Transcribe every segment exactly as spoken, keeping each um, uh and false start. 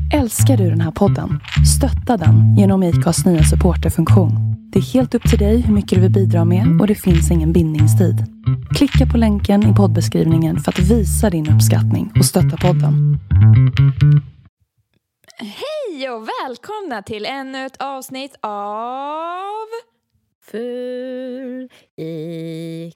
Älskar du den här podden? Stötta den genom I C A:s nya supporterfunktion. Det är helt upp till dig hur mycket du vill bidra med och det finns ingen bindningstid. Klicka på länken i poddbeskrivningen för att visa din uppskattning och stötta podden. Hej och välkomna till ännu ett avsnitt av Ful i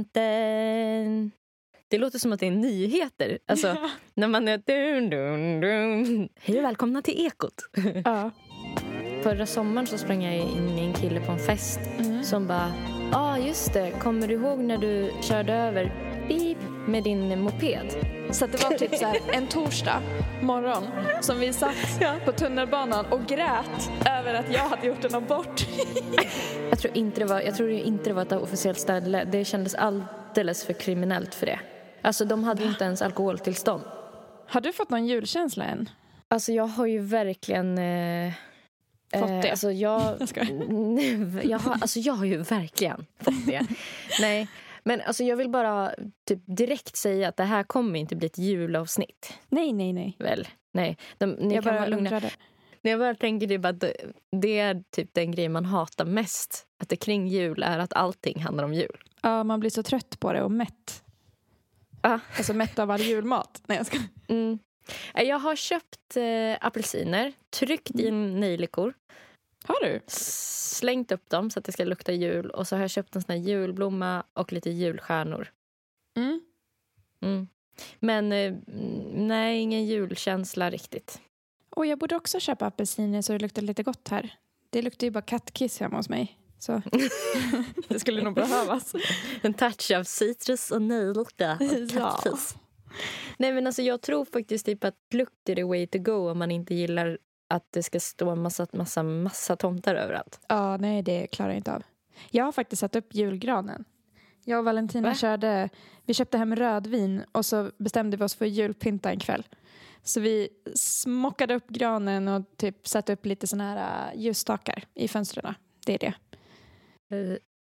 kanten. Det låter som att det är nyheter. Alltså, ja. När man är... Dun, dun, dun. Hej och välkomna till Ekot. Ja. Förra sommaren så sprang jag in i en kille på en fest Mm. som bara, ja ah, just det, kommer du ihåg när du körde över beep med din moped? Så att det var typ så här en torsdag morgon som vi satt ja. på tunnelbanan och grät över att jag hade gjort en abort. jag tror inte det var, jag tror inte det var ett officiellt ställe. Det kändes alldeles för kriminellt för det. Alltså de hade inte ens alkoholtillstånd. Har du fått någon julkänsla än? Alltså jag har ju verkligen eh, fått det. Eh, alltså jag jag, jag har alltså jag har ju verkligen fått det. Nej, men alltså jag vill bara typ direkt säga att det här kommer inte bli ett julavsnitt. Nej, nej, nej. Väl. Nej, de, ni jag kan bara vara lugna. undrade. När jag bara tänker typ att det, det är typ den grej man hatar mest. Att det kring jul är att allting handlar om jul. Ja, man blir så trött på det och mätt. Ah. Alltså mätt av all julmat. Nej, jag ska... Mm. Jag har köpt eh, apelsiner, tryckt mm. in nejlikor. Har du? Slängt upp dem så att det ska lukta jul. Och så har jag köpt en sån här julblomma och lite julstjärnor. Mm. Mm. Men eh, nej, ingen julkänsla riktigt. Och jag borde också köpa apelsiner så det luktar lite gott här. Det luktar ju bara kattkiss hemma hos mig. Så det skulle nog behövas. En touch av citrus och nejlika och kattkiss. Ja. Nej, men alltså jag tror faktiskt typ att lukt är the way to go om man inte gillar att det ska stå en massa, massa, massa tomtar överallt. Ja, nej, det klarar jag inte av. Jag har faktiskt satt upp julgranen. Jag och Valentina Va? körde, vi köpte hem rödvin och så bestämde vi oss för julpynta en kväll. Så vi smockade upp granen och typ satte upp lite såna här ljusstakar i fönstren. Det är det. Uh.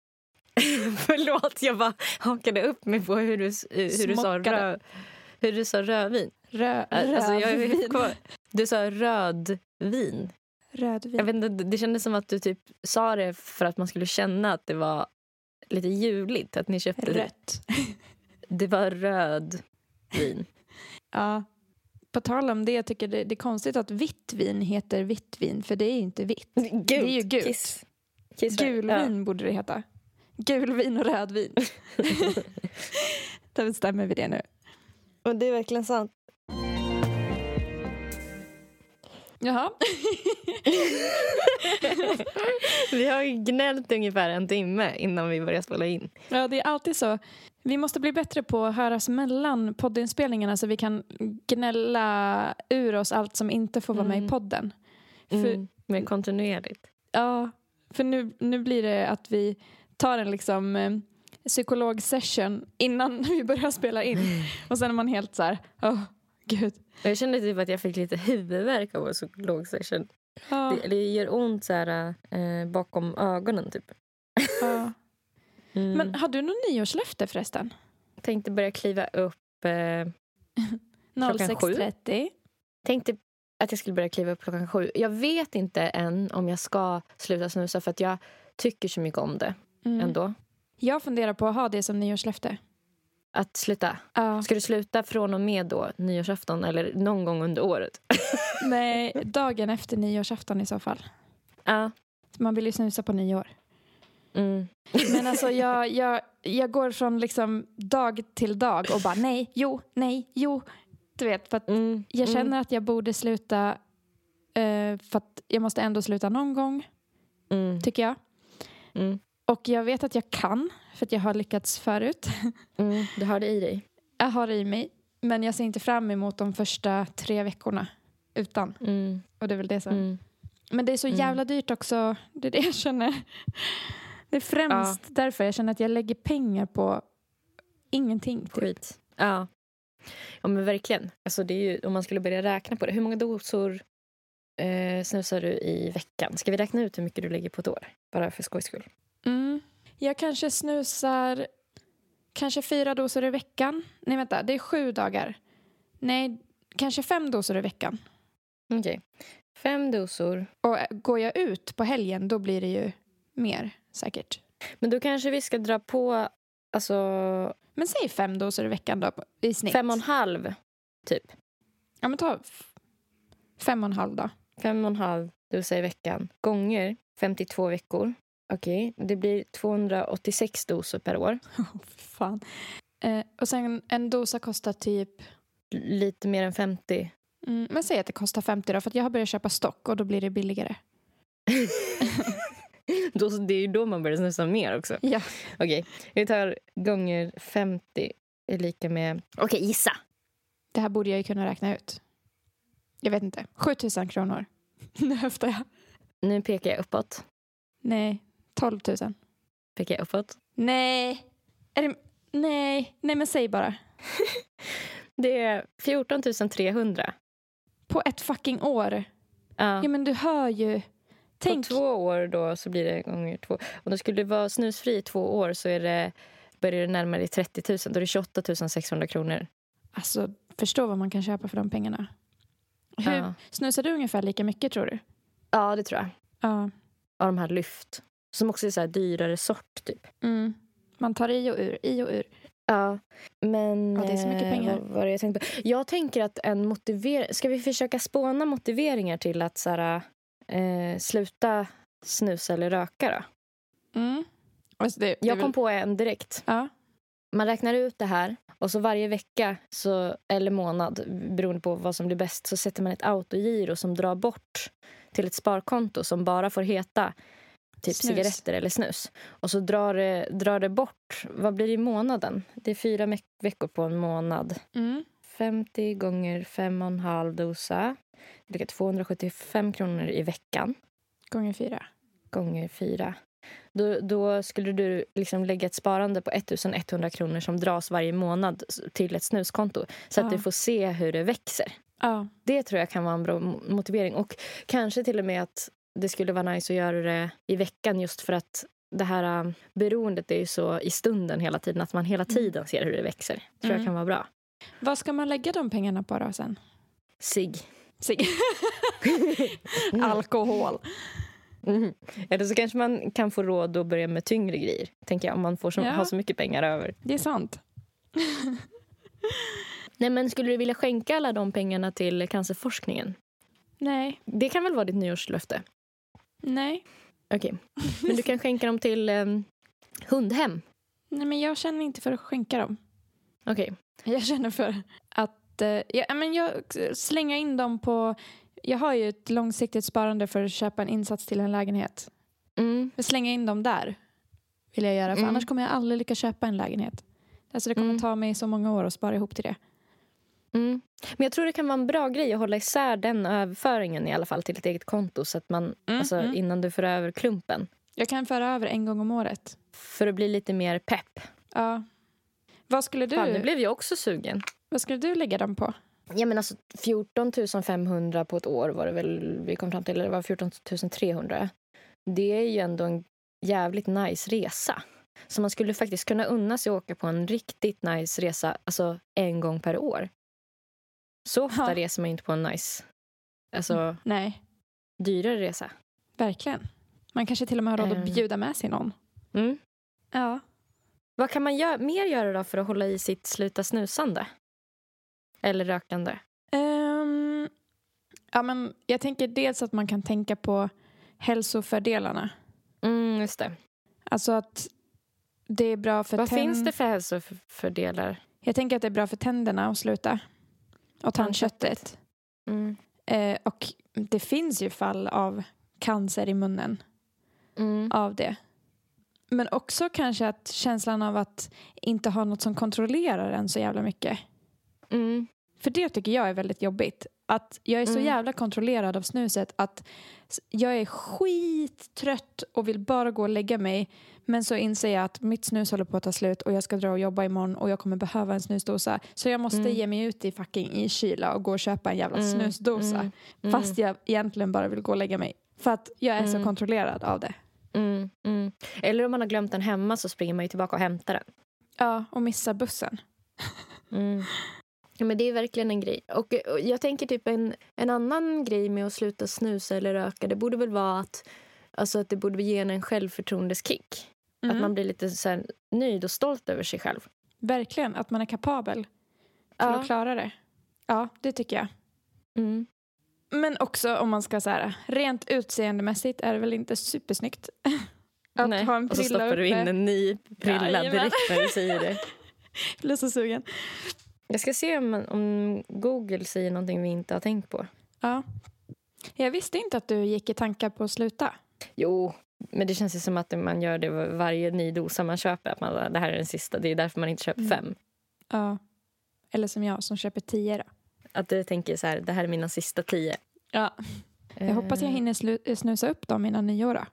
Förlåt, jag bara hakade upp mig på hur du, hur du, sa, rö, hur du sa rödvin. Rö, alltså, rödvin. Jag, du sa rödvin. Rödvin. Jag vet inte, det kändes som att du typ sa det för att man skulle känna att det var lite juligt. Att ni köpte rött. Det var rödvin. Ja. På tal om det, jag tycker det, det är konstigt att vitt vin heter vitt vin. För det är inte vitt. Gult. Det är ju gult. Kiss. Kiss Gulvin ja. borde det heta. Gulvin och rödvin. Då bestämmer vi det nu. Och det är verkligen sant. Jaha. Vi har ju gnällt ungefär en timme innan vi börjar spela in. Ja, det är alltid så. Vi måste bli bättre på att höras mellan poddinspelningarna så vi kan gnälla ur oss allt som inte får vara med mm. i podden. För, mm. Mer kontinuerligt. Ja, för nu, nu blir det att vi tar en liksom eh, psykologsession innan vi börjar spela in. Mm. Och sen är man helt så här, åh, oh, gud. Jag kände typ att jag fick lite huvudvärk av en psykologsession. Ja. Det, det gör ont så här eh, bakom ögonen typ. Ja. Mm. Men har du någon nyårslöfte förresten? Jag tänkte börja kliva upp eh, sex trettio. Tänkte att jag skulle börja kliva upp klockan sju. Jag vet inte än om jag ska sluta snusa för att jag tycker så mycket om det mm. ändå. Jag funderar på att ha det som nyårslöfte. Att sluta? Ja. Ska du sluta från och med då nyårsafton eller någon gång under året? Nej, dagen efter nyårsafton i så fall. Ja. Man vill ju snusa på nyår. Mm. Men alltså jag, jag, jag går från liksom dag till dag och bara nej, jo, nej, jo. Du vet, för att mm. jag känner mm. att jag borde sluta uh, för att jag måste ändå sluta någon gång, mm. tycker jag. Mm. Och jag vet att jag kan, för att jag har lyckats förut. Mm. Du har det i dig. Jag har det i mig, men jag ser inte fram emot de första tre veckorna utan. Mm. Och det är väl det som... Mm. Men det är så mm. jävla dyrt också. Det är det jag känner. Det är främst ja. därför jag känner att jag lägger pengar på ingenting. Typ. Skit. Ja. Ja, men verkligen. Alltså det är ju, om man skulle börja räkna på det. Hur många dosor eh, snusar du i veckan? Ska vi räkna ut hur mycket du lägger på ett år? Bara för skojs skull. Mm. Jag kanske snusar kanske fyra doser i veckan. Nej, vänta. Det är sju dagar. Nej, kanske fem doser i veckan. Okej. Okay. Fem dosor. Och går jag ut på helgen, då blir det ju mer säkert. Men då kanske vi ska dra på, alltså... Men säg fem doser i veckan då, i snitt. Fem och en halv, typ. Ja, men ta f- fem och en halv då. Fem och en halv doser i veckan. Gånger femtiotvå veckor. Okej, okay. Det blir tvåhundraåttiosex doser per år. Oh, fan. Eh, och sen en dosa kostar typ... Lite mer än femtio. Mm, men säg att det kostar femtio då, för att jag har börjat köpa stock och då blir det billigare. då, det är ju då man börjar snusa mer också. Ja. Okej, okay. Vi tar gånger femtio är lika med... Okej, okay, gissa. Det här borde jag ju kunna räkna ut. Jag vet inte. sjutusen kronor. Nu höftar jag. Nu pekar jag uppåt. Nej, tolv tusen. Pekar jag uppåt? Nej. Är det... Nej. Nej, men säg bara. Det är fjorton tusen trehundra. På ett fucking år. Ja. Ja, men du hör ju. Tänk. På två år då så blir det gånger två. Om det skulle vara snusfri i två år så är det, börjar det närmare trettio tusen. Då är det tjugoåtta tusen sexhundra kronor. Alltså, förstå vad man kan köpa för de pengarna. Hur, Ja. Snusar du ungefär lika mycket, tror du? Ja, det tror jag. Ja. Av de här lyft. Som också är så här dyrare sort, typ. Mm. Man tar i och ur, i och ur. Ja, men... Ja, det är så mycket pengar. Eh, vad var det jag tänkte på? Jag tänker att en motivering... Ska vi försöka spåna motiveringar till att så här, eh, sluta snusa eller röka då? Mm. Alltså det, det jag väl... kom på en direkt. Ja. Man räknar ut det här och så varje vecka så, eller månad, beroende på vad som blir bäst, så sätter man ett autogiro som drar bort till ett sparkonto som bara får heta typ snus. Cigaretter eller snus. Och så drar det, drar det bort, vad blir det i månaden? Det är fyra me- veckor på en månad. Mm. femtio gånger fem och en halv dosa. Det blir tvåhundrasjuttiofem kronor i veckan. Gånger fyra. Gånger fyra. Då, då skulle du liksom lägga ett sparande på ettusenetthundra kronor som dras varje månad till ett snuskonto. Så Ja. att du får se hur det växer. Ja. Det tror jag kan vara en bra motivering. Och kanske till och med att det skulle vara nice att göra det i veckan, just för att det här um, beroendet är ju så i stunden hela tiden. Att man hela tiden ser hur det växer. Tror Mm. jag kan vara bra. Vad ska man lägga de pengarna på då sen? Sig. Sig. Alkohol. Mm. Eller så kanske man kan få råd att börja med tyngre grejer. Tänker jag, om man får så, Ja. har så mycket pengar över. Det är sant. Nej, men skulle du vilja skänka alla de pengarna till cancerforskningen? Nej. Det kan väl vara ditt nyårslöfte? Nej. Okej. Men du kan skänka dem till um, hundhem? Nej, men jag känner inte för att skänka dem. Okej. Jag känner för att eh, ja, men jag slänga in dem på... Jag har ju ett långsiktigt sparande för att köpa en insats till en lägenhet. Mm. Jag slänger in dem där vill jag göra. För Mm. annars kommer jag aldrig lyckas köpa en lägenhet. Alltså det kommer Mm. ta mig så många år att spara ihop till det. Mm. Men jag tror det kan vara en bra grej att hålla isär den överföringen i alla fall till ett eget konto. Så att man, Mm, alltså, mm. innan du för över klumpen. Jag kan föra över en gång om året. För att bli lite mer pepp. Ja. Vad skulle du, Fan, nu blev jag också sugen. vad skulle du lägga dem på? Ja, men alltså fjorton tusen femhundra på ett år var det väl vi kom fram till. Eller det var fjorton tusen trehundra. Det är ju ändå en jävligt nice resa. Så man skulle faktiskt kunna unna sig att åka på en riktigt nice resa. Alltså en gång per år. Så ofta Ja. reser man inte på en nice, alltså Nej, dyrare resa. verkligen. Man kanske till och med har råd att Mm. bjuda med sig någon. Mm. Ja. Vad kan man gö- mer göra då för att hålla i sitt sluta snusande? Eller rökande? Um, ja, men jag tänker dels att man kan tänka på hälsofördelarna. Mm, just det. Alltså att det är bra för Vad tänd- finns det för hälsofördelar? Jag tänker att det är bra för tänderna att sluta. Och tandköttet. Mm. Eh, och det finns ju fall av cancer i munnen Mm. av det. Men också kanske att känslan av att inte ha något som kontrollerar en så jävla mycket. Mm. För det tycker jag är väldigt jobbigt. Att jag är så Mm. jävla kontrollerad av snuset att jag är skittrött och vill bara gå och lägga mig. Men så inser jag att mitt snus håller på att ta slut och jag ska dra och jobba imorgon och jag kommer behöva en snusdosa. Så jag måste Mm. ge mig ut i fucking i kyla och gå och köpa en jävla Mm. snusdosa. Mm. Mm. Fast jag egentligen bara vill gå och lägga mig. För att jag är Mm. så kontrollerad av det. Mm. Mm. Eller om man har glömt den hemma så springer man ju tillbaka och hämtar den. Ja, och missa bussen. Mm. Ja, men det är verkligen en grej. Och, och jag tänker typ en, en annan grej med att sluta snusa eller röka. Det borde väl vara att, alltså att det borde ge en en självförtroendeskick. Mm. Att man blir lite så här nöjd och stolt över sig själv. Verkligen, att man är kapabel till ja. att klara det. Ja, det tycker jag. Mm. Men också om man ska så här, rent utseendemässigt är det väl inte supersnyggt. Att Nej, ha en och så stoppar uppe. Du in en ny prilla ja, direkt när du säger det. Jag blir så sugen. Jag ska se om, om Google säger någonting vi inte har tänkt på. Ja. Jag visste inte att du gick i tankar på att sluta. Jo, men det känns ju som att man gör det varje ny dosa man köper. Att man, det här är den sista, det är därför man inte köper mm. fem. Ja, eller som jag som köper tio då. Att du tänker så här, det här är mina sista tio. Ja, jag uh. hoppas jag hinner slu- snusa upp dem innan nyår då.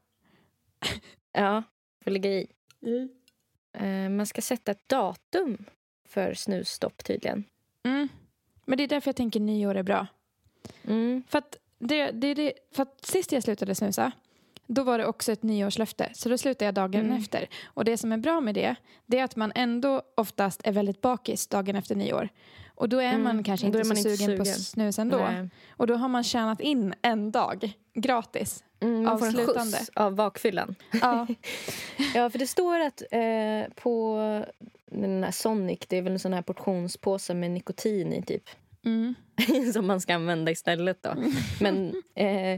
Ja, får ligga i. Mm. Uh, man ska sätta ett datum för snusstopp tydligen. Mm. Men det är därför jag tänker nyår är bra. Mm. För att, det, det, det, för att sist jag slutade snusa, då var det också ett nyårslöfte. Så då slutade jag dagen mm. efter. Och det som är bra med det, det är att man ändå oftast är väldigt bakis dagen efter nyår. Och då är mm. man kanske inte man så inte sugen, sugen på snus ändå. Nej. Och då har man tjänat in en dag gratis. Mm, man avslutande. Får en skjuts av bakfyllan. Ja. Ja, för det står att eh, på den här Sonic, det är väl en sån här portionspåse med nikotin i typ. Mm. Som man ska använda istället då. Mm. Men eh,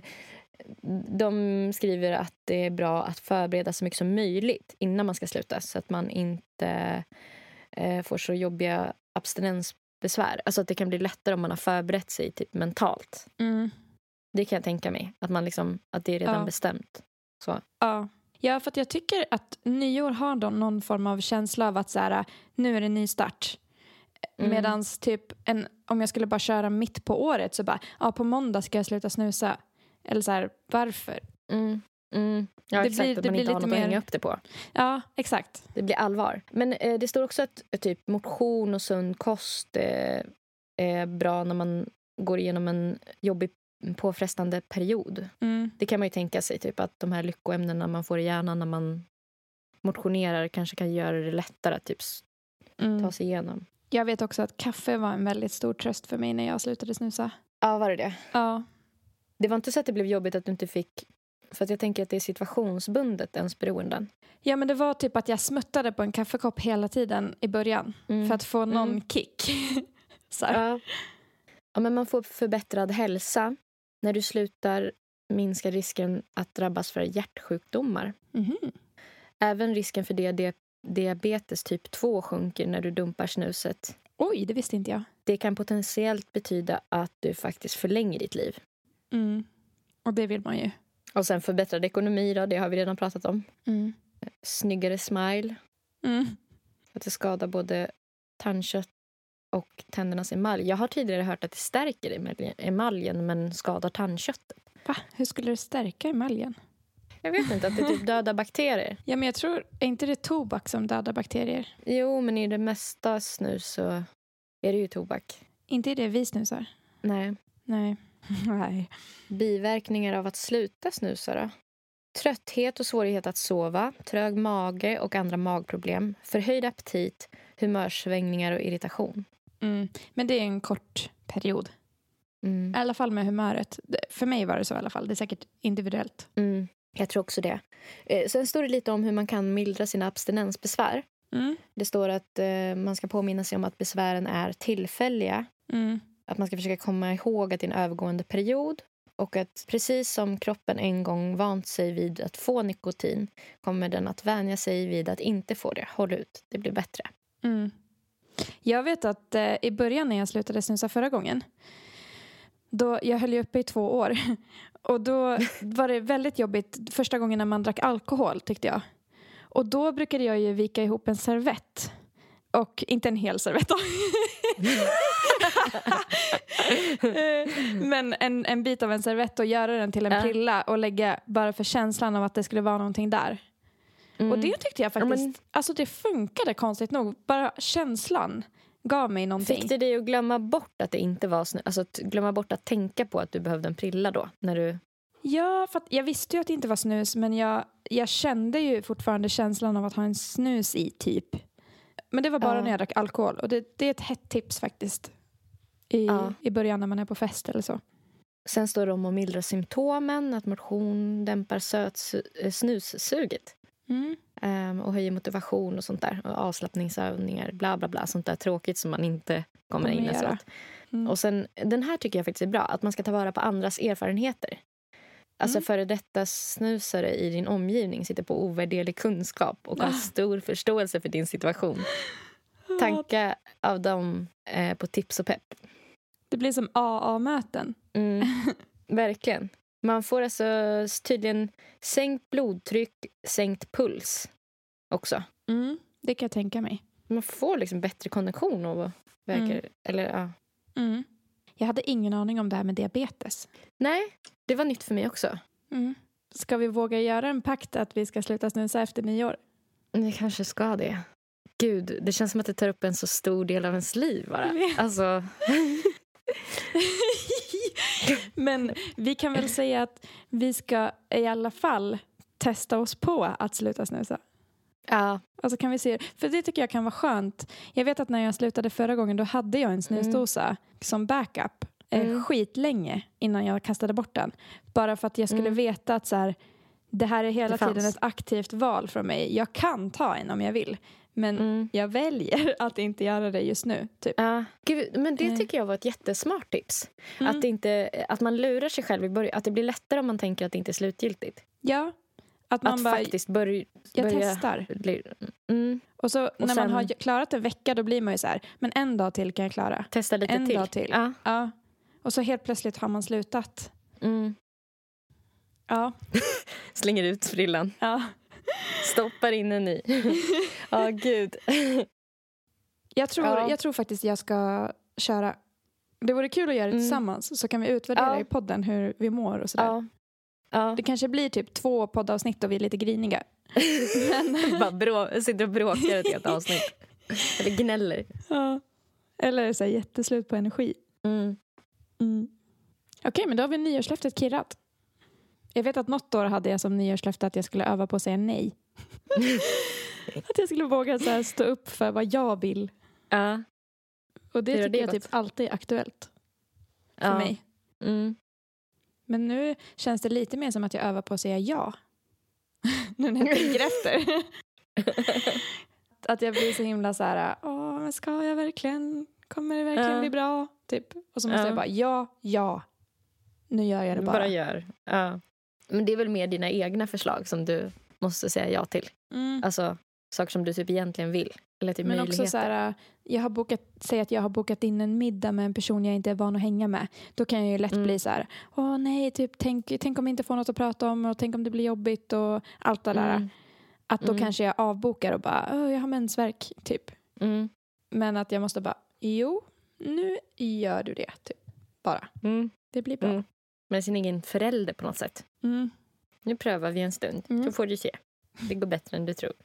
de skriver att det är bra att förbereda så mycket som möjligt innan man ska sluta. Så att man inte eh, får så jobbiga abstinensbesvär. Alltså att det kan bli lättare om man har förberett sig typ mentalt. Mm. Det kan jag tänka mig. Att, man liksom, att det är redan ja. bestämt. Så. Ja. Ja, för att jag tycker att nyår har då någon form av känsla av att så här, nu är det ny start. Mm. Medans typ, en, om jag skulle bara köra mitt på året så bara, ja på måndag ska jag sluta snusa. Eller så här, varför? Mm. Mm. Ja, det exakt. Blir, att det man inte har något mer... att hänga upp det på. Ja, exakt. Det blir allvar. Men eh, det står också att typ motion och sund kost eh, är bra när man går igenom en jobbig påfrestande period. Mm. Det kan man ju tänka sig typ att de här lyckoämnena man får i hjärnan när man motionerar kanske kan göra det lättare att typ mm. ta sig igenom. Jag vet också att kaffe var en väldigt stor tröst för mig när jag slutade snusa. Ja, var det det? Ja. Det var inte så att det blev jobbigt att du inte fick, för att jag tänker att det är situationsbundet ens beroenden. Ja, men det var typ att jag smuttade på en kaffekopp hela tiden i början mm. för att få någon mm. kick. Så här. Ja. Ja, men man får förbättrad hälsa. När du slutar minskar risken att drabbas för hjärtsjukdomar. Mm-hmm. Även risken för dia- diabetes typ två sjunker när du dumpar snuset. Oj, det visste inte jag. Det kan potentiellt betyda att du faktiskt förlänger ditt liv. Mm. Och det vill man ju. Och sen förbättrad ekonomi då, det har vi redan pratat om. Mm. Snyggare smile. Mm. Att det skadar både tandkött och tändernas emalj. Jag har tidigare hört att det stärker emaljen men skadar tandköttet. Va? Hur skulle det stärka emaljen? Jag vet inte, att det typ dödar bakterier. Ja, men jag tror, är inte det tobak som dödar bakterier? Jo, men i det mesta snus så är det ju tobak. Inte i det vi snusar? Nej. Nej. Nej. Biverkningar av att sluta snusa då? Trötthet och svårighet att sova, trög mage och andra magproblem, förhöjd aptit, humörsvängningar och irritation. Mm. Men det är en kort period. Mm. I alla fall med humöret. För mig var det så i alla fall. Det är säkert individuellt. Mm. Jag tror också det. Eh, sen står det lite om hur man kan mildra sina abstinensbesvär. Mm. Det står att eh, man ska påminna sig om att besvären är tillfälliga. Mm. Att man ska försöka komma ihåg att det är en övergående period. Och att precis som kroppen en gång vant sig vid att få nikotin kommer den att vänja sig vid att inte få det. Håll ut, det blir bättre. Mm. Jag vet att eh, i början när jag slutade snusa förra gången, då, jag höll ju uppe i två år. Och då var det väldigt jobbigt första gången när man drack alkohol, tyckte jag. Och då brukade jag ju vika ihop en servett. Och inte en hel servett då. Men en, en bit av en servett och göra den till en prilla och lägga bara för känslan av att det skulle vara någonting där. Mm. Och det tyckte jag faktiskt, ja, men... alltså det funkade konstigt nog. Bara känslan gav mig någonting. Fick det dig att glömma bort att det inte var snus? Alltså att glömma bort att tänka på att du behövde en prilla då? När du... Ja, för att jag visste ju att det inte var snus. Men jag, jag kände ju fortfarande känslan av att ha en snus i typ. Men det var bara ja. när jag drack alkohol. Och det, det är ett hett tips faktiskt. i, Ja. i början när man är på fest eller så. Sen står det om att mildra symptomen, att motion dämpar söt, snussuget. Mm. Um, och höjer motivation och sånt där. Och avslappningsövningar, bla bla bla. Sånt där tråkigt som man inte kommer Kommer in sig göra. åt. Mm. Och sen, den här tycker jag faktiskt är bra. Att man ska ta vara på andras erfarenheter. Alltså Mm. före detta snusare i din omgivning sitter på ovärderlig kunskap och har Ah. stor förståelse för din situation. Tanka av dem eh, på tips och pepp. Det blir som A A-möten. Mm, verkligen. Man får alltså tydligen sänkt blodtryck, sänkt puls också. Mm. Det kan jag tänka mig. Man får liksom bättre kondition och verkar, Mm. eller ja. Mm. Jag hade ingen aning om det här med diabetes. Nej, det var nytt för mig också. Mm. Ska vi våga göra en pakt att vi ska sluta snusa efter nyår? Jag kanske ska det. Gud, det känns som att det tar upp en så stor del av ens liv bara. Alltså... Men vi kan väl säga att vi ska i alla fall testa oss på att sluta snusa. Ja. Alltså kan vi se, för det tycker jag kan vara skönt. Jag vet att när jag slutade förra gången då hade jag en snusdosa mm. som backup eh, Mm. skitlänge innan jag kastade bort den. Bara för att jag skulle Mm. veta att så här, det här är hela Det tiden fanns. ett aktivt val från mig. Jag kan ta en om jag vill. Men Mm. jag väljer att inte göra det just nu. Typ. Ja. Gud, men det Mm. tycker jag var ett jättesmart tips. Mm. Att, det inte, att man lurar sig själv i början. Att det blir lättare om man tänker att det inte är slutgiltigt. Ja, att man att bara, faktiskt börja... jag börja, testar. Mm. Och så när sen- man har klarat en vecka då blir man ju så här, men en dag till kan jag klara. Testa lite En till. dag till. Ja. Ja. Och så helt plötsligt har man slutat. Mm. Ja. Slänger ut frillan. Ja. Stoppar in en ny. Ja, gud. Jag tror, Ja. jag tror faktiskt jag ska köra. Det vore kul att göra det Mm. tillsammans. Så kan vi utvärdera Ja. i podden hur vi mår och sådär. Ja. Ja. Det kanske blir typ två poddavsnitt och vi är lite griniga. Bara brå- sitter och bråkar ett helt avsnitt. Eller gnäller. Ja. Eller så här, jätteslut på energi. Mm. Mm. Okej, men då har vi nyårslöftet kirrat. Jag vet att något år hade jag som nyårslöfte att jag skulle öva på att säga nej. Att jag skulle våga så här, stå upp för vad jag vill. Ja. Och det Hur har tycker det jag gått? typ alltid är aktuellt för Ja. mig. Mm. Men nu känns det lite mer som att jag övar på att säga ja. Nu när jag tänker efter. Att jag blir så himla så här, åh, men ska jag verkligen, kommer det verkligen Ja. bli bra? Typ. Och så måste Ja. jag bara, ja, ja. Nu gör jag det bara. Bara gör. Ja. Men det är väl mer dina egna förslag som du måste säga ja till. Mm. Alltså saker som du typ egentligen vill. Eller typ Men möjligheter. också så här, jag har bokat, säg att jag har bokat in en middag med en person jag inte är van att hänga med. Då kan jag ju lätt Mm. bli så här, åh nej, typ, tänk, tänk om jag inte får något att prata om och tänk om det blir jobbigt och allt det där. Mm. Att då Mm. kanske jag avbokar och bara, åh, jag har mensvärk, typ. Mm. Men att jag måste bara, jo, nu gör du det, typ. Bara. Mm. Det blir bra. Mm. Med sin egen förälder på något sätt. Mm. Nu prövar vi en stund. Mm. Så får du se. Det går bättre än du tror.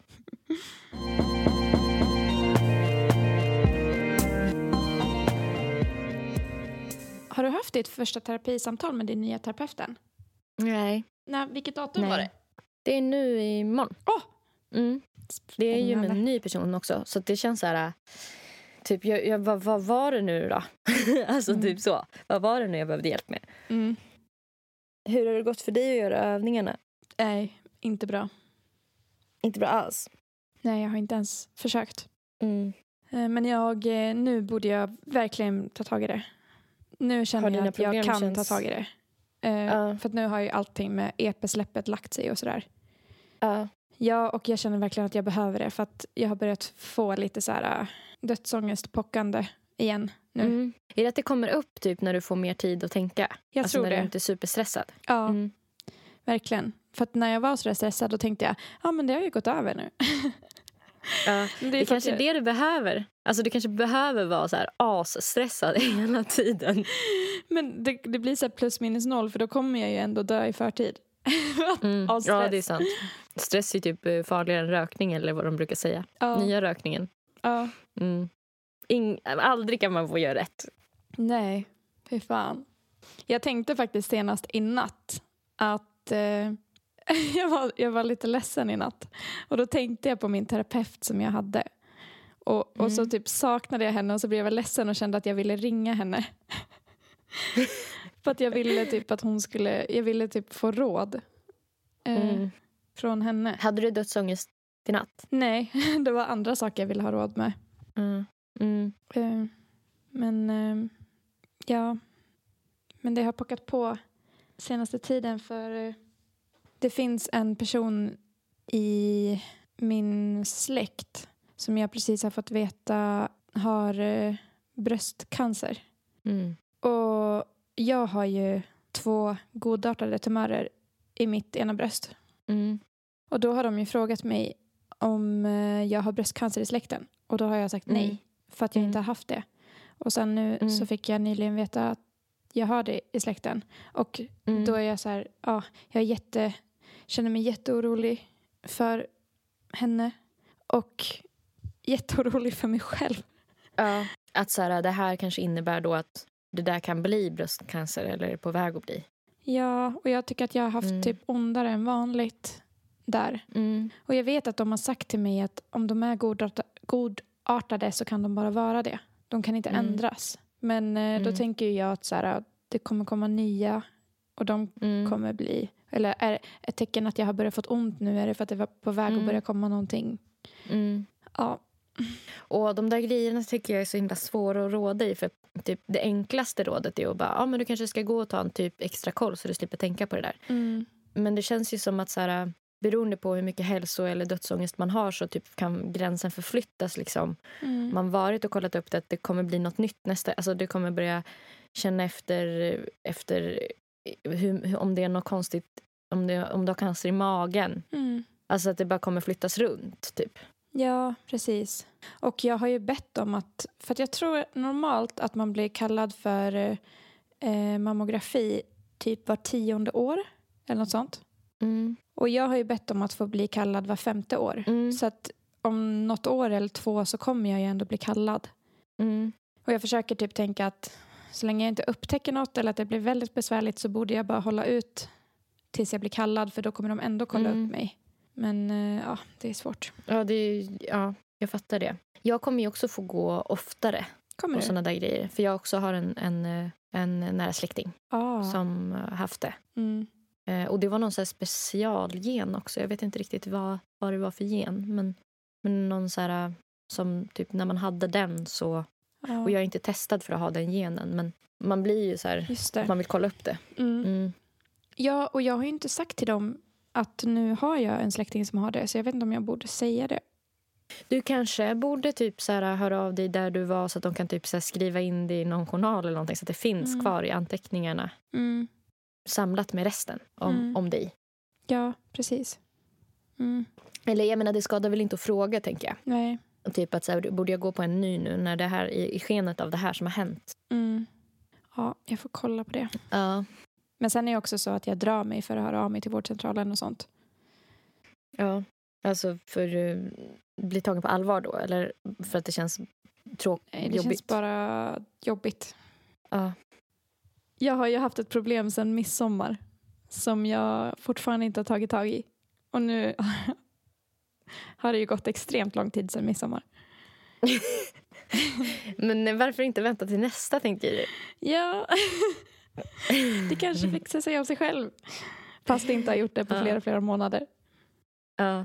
Har du haft ditt första terapisamtal med din nya terapeuten? Nej. Nej, vilket datum Nej. var det? Det är nu imorgon. Åh! Mm. Det är ju med Spännande. en ny person också. Så det känns så här... Typ, jag, jag, vad, vad var det nu då? alltså Mm. typ så. Vad var det nu jag behövde hjälp med? Mm. Hur har det gått för dig att göra övningarna? Nej, inte bra. Inte bra alls. Nej, jag har inte ens försökt. Mm. Eh, Men jag, eh, nu borde jag verkligen ta tag i det. Nu känner Har jag dina att jag problem kan känns- ta tag i det. Eh, Ja. För att nu har ju allting med E P-släppet lagt sig och sådär. Ja. Ja, och jag känner verkligen att jag behöver det. För att jag har börjat få lite så här uh, dödsångest pockande igen nu. Mm. Är det att det kommer upp typ när du får mer tid att tänka? Jag alltså tror när det. du inte är superstressad? Ja, Mm. verkligen. För att när jag var så där stressad då tänkte jag, ja men det har ju gått över nu. Ja. Men Det är är för kanske är att det du behöver. Alltså du kanske behöver vara så här asstressad hela tiden. jag, men det, det blir så här plus minus noll för då kommer jag ju ändå dö i förtid. Mm. Av stress. Ja, det är sant. Stress är typ eh, farligare än rökning eller vad de brukar säga. Ja, Nya rökningen. ja. Mm. Ing- aldrig kan man få göra rätt. Nej, fy fan. Jag tänkte faktiskt senast i natt att eh, jag, var, jag var lite ledsen i natt. Och då tänkte jag på min terapeut som jag hade. Och, Mm. och så typ saknade jag henne och så blev jag ledsen och kände att jag ville ringa henne. För att jag ville typ att hon skulle, jag ville typ få råd eh, Mm. från henne. Hade du dödsångest i natt? Nej, det var andra saker jag ville ha råd med. Mm. Mm. Eh, men eh, ja, men det har pockat på senaste tiden för eh, det finns en person i min släkt som jag precis har fått veta har eh, bröstcancer. Mm. Och jag har ju två godartade tumörer i mitt ena bröst. Mm. Och då har de ju frågat mig om eh, jag har bröstcancer i släkten. Och då har jag sagt Mm. nej, för att jag Mm. inte har haft det. Och sen nu Mm. så fick jag nyligen veta att jag har det i släkten. Och Mm. då är jag så här, ja, jag är jätte, känner mig jätteorolig för henne. Och jätteorolig för mig själv. Ja, att så här, det här kanske innebär då att det där kan bli bröstcancer eller är på väg att bli. Ja, och jag tycker att jag har haft Mm. typ ondare än vanligt där. Mm. Och jag vet att de har sagt till mig att om de är godarta, godartade så kan de bara vara det. De kan inte Mm. ändras. Men eh, då Mm. tänker jag att så här, det kommer komma nya och de Mm. kommer bli... Eller är ett tecken att jag har börjat fått ont nu? Är det för att det var på väg Mm. att börja komma någonting? Mm. Ja. Och de där grejerna tycker jag är så himla svåra att råda i. För typ, det enklaste rådet är att bara, ja, men du kanske ska gå och ta en typ extra koll så du slipper tänka på det där. Mm. Men det känns ju som att så här, beroende på hur mycket hälso- eller dödsångest man har så typ kan gränsen förflyttas. Liksom. Mm. Man varit och kollat upp det att det kommer bli något nytt nästa. Alltså du kommer börja känna efter, efter hur, hur, om det är något konstigt, om, det, om du har cancer i magen. Mm. Alltså att det bara kommer flyttas runt typ. Ja, precis. Och jag har ju bett om att... För att jag tror normalt att man blir kallad för eh, mammografi typ var tionde år. Eller något sånt. Mm. Och jag har ju bett om att få bli kallad var femte år. Mm. Så att om något år eller två så kommer jag ju ändå bli kallad. Mm. Och jag försöker typ tänka att så länge jag inte upptäcker något eller att det blir väldigt besvärligt så borde jag bara hålla ut tills jag blir kallad. För då kommer de ändå kolla Mm. upp mig. Men eh, ja, det är svårt. Ja, det är, ja, jag fattar det. Jag kommer ju också få gå oftare Kommer på du? såna där grejer. För jag också har en, en, en nära släkting Ah. som har haft det. Mm. Eh, och det var någon så här specialgen också. Jag vet inte riktigt vad, vad det var för gen. Men, men någon så här som typ när man hade den så... Ja. Och jag är inte testad för att ha den genen. Men man blir ju så här... Just det. Man vill kolla upp det. Mm. Mm. Ja, och jag har ju inte sagt till dem att nu har jag en släkting som har det. Så jag vet inte om jag borde säga det. Du kanske borde typ så här höra av dig där du var så att de kan typ så här skriva in det i någon journal eller någonting så att det finns Mm. kvar i anteckningarna Mm. samlat med resten om, Mm. om dig. Ja, precis. Mm. Eller jag menar, det skadar väl inte att fråga, tänker jag. Nej. Och typ att så här, borde jag gå på en ny nu när det här i, i skenet av det här som har hänt. Mm. Ja, jag får kolla på det. Ja. Men sen är det också så att jag drar mig för att höra av mig till vårdcentralen och sånt. Ja. Alltså för uh, bli tagen på allvar då? Eller för att det känns tråkigt, Nej, det jobbigt? känns bara jobbigt. Ja. Jag har ju haft ett problem sedan midsommar som jag fortfarande inte har tagit tag i. Och nu har det ju gått extremt lång tid sedan midsommar. Men varför inte vänta till nästa, tänkte jag. Ja, det kanske fixar sig av sig själv. Fast det inte har gjort det på Ja. flera, flera månader. Ja.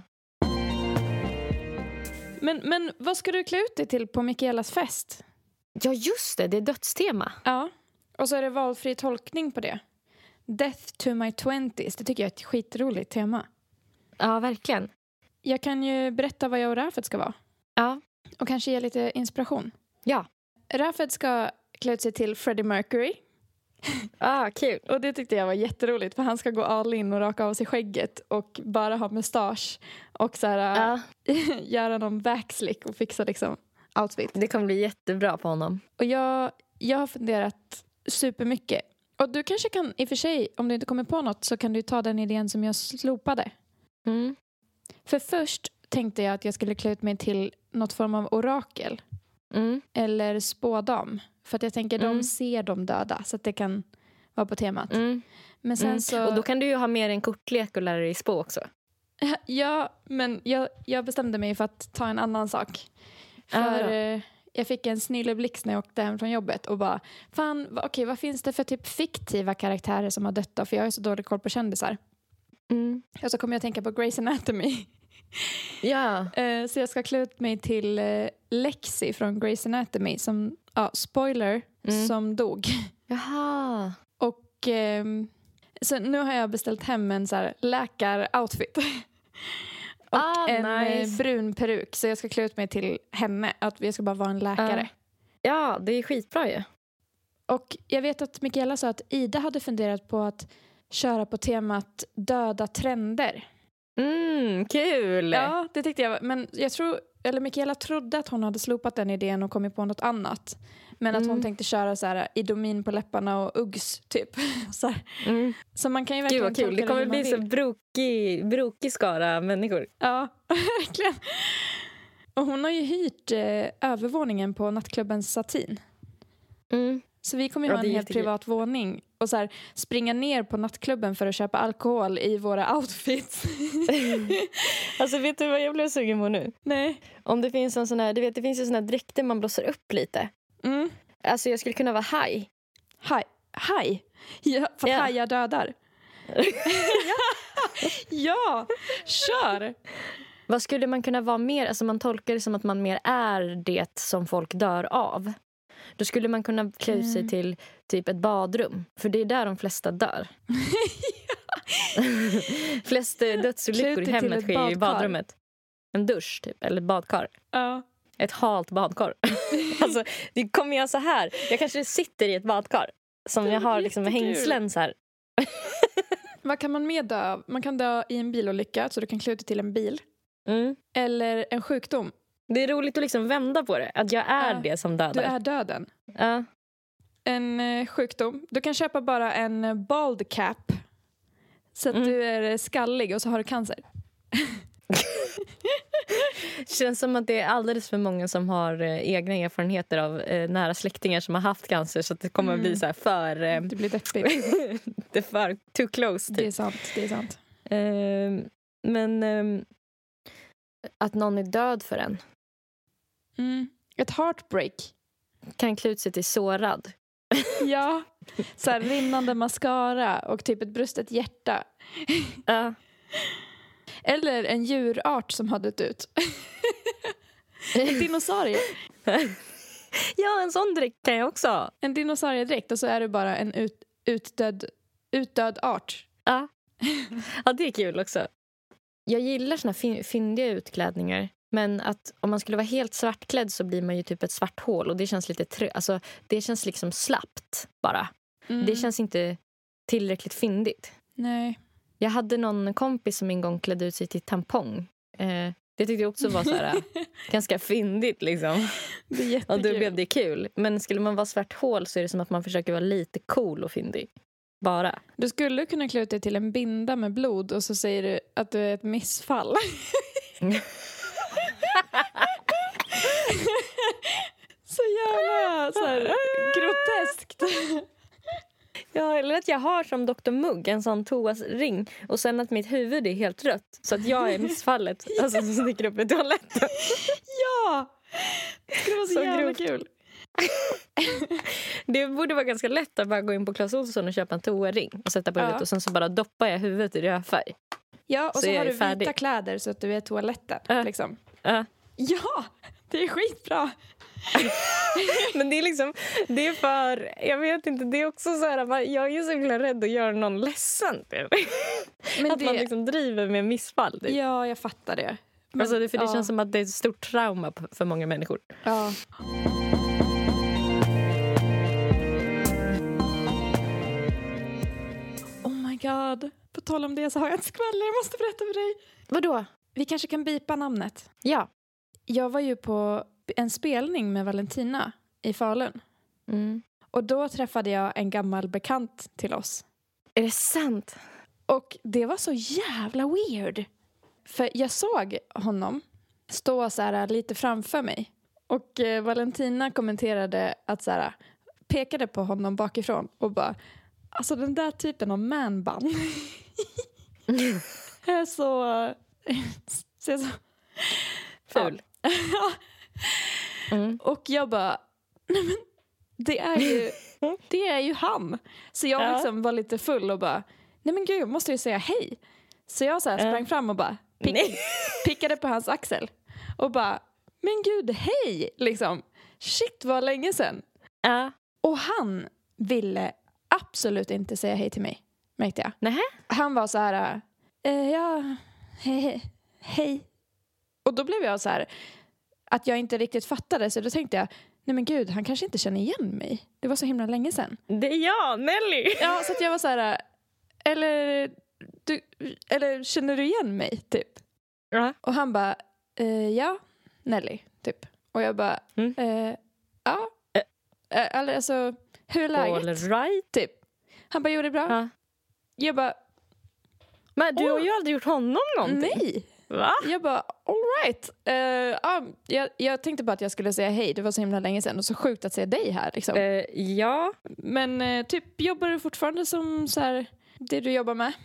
Men, men vad ska du klä ut dig till på Mikaelas fest? Ja, just det. Det är dödstema. Ja, och så är det valfri tolkning på det. Death to my twenties. Det tycker jag är ett skitroligt tema. Ja, verkligen. Jag kan ju berätta vad jag och Rafet ska vara. Ja. Och kanske ge lite inspiration. Ja. Rafet ska klä ut sig till Freddie Mercury. Ah, kul. Och det tyckte jag var jätteroligt. För han ska gå all in och raka av sig skägget. Och bara ha mustasch. Och så här, Ja. göra någon backslick och fixa liksom outfit. Det kommer bli jättebra på honom. Och jag, jag har funderat supermycket. Och du kanske kan, i och för sig, om du inte kommer på något så kan du ta den idén som jag slopade. Mm. För först tänkte jag att jag skulle klä ut mig till något form av orakel. Mm. Eller spådam. För att jag tänker, Mm. de ser de döda. Så att det kan vara på temat. Mm. Men sen Mm. så... Och då kan du ju ha mer en kortlek och lära dig spå också. Ja, men jag, jag bestämde mig för att ta en annan sak. För uh, jag fick en snilleblixt när jag åkte hem från jobbet och bara, fan, okej, okay, vad finns det för typ fiktiva karaktärer som har dött då? För jag har så dålig koll på kändisar. Mm. Och så kommer jag att tänka på Grey's Anatomy. Ja. uh, så jag ska klä ut mig till uh, Lexi från Grey's Anatomy som, ja, uh, spoiler, mm. som dog. Jaha. Och um, så nu har jag beställt hem en så här läkar-outfit. Och ah, en nice. brun peruk. Så jag ska klä ut mig till henne. Att vi ska bara vara en läkare. Uh, ja, det är skitbra ju. Och jag vet att Mikaela sa att Ida hade funderat på att köra på temat döda trender. Mm, kul! Ja, det tyckte jag. Men jag tror, eller Mikaela trodde att hon hade slopat den idén och kommit på något annat. Men att mm. hon tänkte köra så här Idomin på läpparna och Uggs typ. så, här. Mm. Så man kan ju verkligen Gud vad kul. Det kommer bli så brokig, brokig skara människor. Ja, verkligen. Och hon har ju hyrt eh, övervåningen på nattklubben Satin. Mm. Så vi kommer ju ja, ha en helt privat våning och så här, springa ner på nattklubben för att köpa alkohol i våra outfits. Alltså vet du vad jag blev sugen på nu? Nej. Om det finns en sån här, du vet det finns ju såna här dräkter man blåser upp lite. Mm. Alltså jag skulle kunna vara haj. Haj? Haj? Ja, för att ja. hajar dödar. ja. ja, kör! Vad skulle man kunna vara mer? Alltså man tolkar det som att man mer är det som folk dör av. Då skulle man kunna klä ut sig mm. till typ ett badrum. För det är där de flesta dör. Flest dödsolyckor i hemmet sker i badrummet. En dusch typ, eller ett badkar. Ja. Ett halt badkar. Alltså, det kommer jag så här. Jag kanske sitter i ett badkar. Som jag har liksom hängslen så här. Vad kan man med dö? Man kan dö i en bilolycka, så du kan klä ut till en bil. Mm. Eller en sjukdom. Det är roligt att liksom vända på det. Att jag är uh, det som dödar. Du är döden. Uh. En uh, sjukdom. Du kan köpa bara en uh, bald cap. Så att mm. du är skallig och så har du cancer. Känns som att det är alldeles för många som har uh, egna erfarenheter av uh, nära släktingar som har haft cancer. Så att det kommer mm. att bli så här för... Uh, det blir deppigt. Det är för too close. Typ. Det är sant, det är sant. Uh, men uh, att någon är död för en. Mm. Ett heartbreak. Kan klä ut sig till sårad. Ja, så här rinnande mascara och typ ett brustet hjärta. Ja. Eller en djurart som har dött ut. En dinosaurie. Ja, en sån dräkt kan jag också ha. En dinosauriedräkt och så är det bara en ut, utdöd, utdöd art. Ja. Ja, det är kul också. Jag gillar såna fin- fyndiga utklädningar. Men att om man skulle vara helt svartklädd så blir man ju typ ett svart hål. Och det känns lite trö- alltså, det känns liksom slappt bara. Mm. Det känns inte tillräckligt fyndigt. Nej. Jag hade någon kompis som en gång klädde ut sig till tampong. Eh, det tyckte jag också var så här, ganska fyndigt liksom. Det är jättekul. Och då blev det kul. Men skulle man vara svart hål så är det som att man försöker vara lite cool och fyndig. Bara. Du skulle kunna klä ut dig till en binda med blod och så säger du att du är ett missfall. Så jävla så här, groteskt. Ja, eller att jag har som doktor Mugg en sån toasring och sen att mitt huvud är helt rött så att jag är missfallet. Alltså som sticker upp i toaletten. Ja! Det skulle vara så, så jävla grovt. Kul. Det borde vara ganska lätt att bara gå in på Clas Ohlson och köpa en toaring och sätta på huvudet ja. Och sen så bara doppar jag huvudet i rödfärg. Ja, och så, så har du färdig. Vita kläder så att du är toaletten. Uh. Liksom. Uh. Ja, det är skitbra. Men det är liksom, det är för, jag vet inte, det är också så här, jag är så himla rädd att göra någon ledsen. Men att det... man liksom driver med missfall. Typ. Ja, jag fattar det. Men, alltså, för det ja. Känns som att det är ett stort trauma för många människor. Ja. Oh my god. På tal om det så har jag ett skvaller, jag måste berätta för dig. Vadå? Vi kanske kan bipa namnet. Ja. Jag var ju på en spelning med Valentina i Falun. Mm. Och då träffade jag en gammal bekant till oss. Är det sant? Och det var så jävla weird. För jag såg honom stå så här lite framför mig. Och eh, Valentina kommenterade att så här, pekade på honom bakifrån och bara, alltså den där typen av man-bun. Mm. är så... så, så ful. Ja. Mm. Och jag bara, nej men det är ju, det är ju han. Så jag liksom var lite full och bara, nej men gud, jag måste ju säga hej. Så jag så här sprang fram och bara pick, pickade på hans axel. Och bara, men gud, hej! Liksom, shit vad länge sedan. Ja. Och han ville absolut inte säga hej till mig, märkte jag. Nähä? Han var så här, eh, ja, hej, hej. Och då blev jag så här, att jag inte riktigt fattade. Så då tänkte jag, nej men gud, han kanske inte känner igen mig. Det var så himla länge sedan. Det är jag, Nelly! Ja, så att jag var så här, eller, du, eller känner du igen mig, typ? Ja. Och han bara, eh, ja, Nelly, typ. Och jag bara, Mm. eh, ja. Eh, alltså, hur är läget? All right. Typ. Han bara, jo det är bra. Ja. Jag bara, Men du Åh. har ju aldrig gjort honom någonting. nej. Va? Jag bara, all right. Uh, ja, jag, jag tänkte bara att jag skulle säga hej. Det var så himla länge sedan. Och så sjukt att se dig här. Liksom. Eh, ja. Men uh, typ, jobbar du fortfarande som så här, det du jobbar med?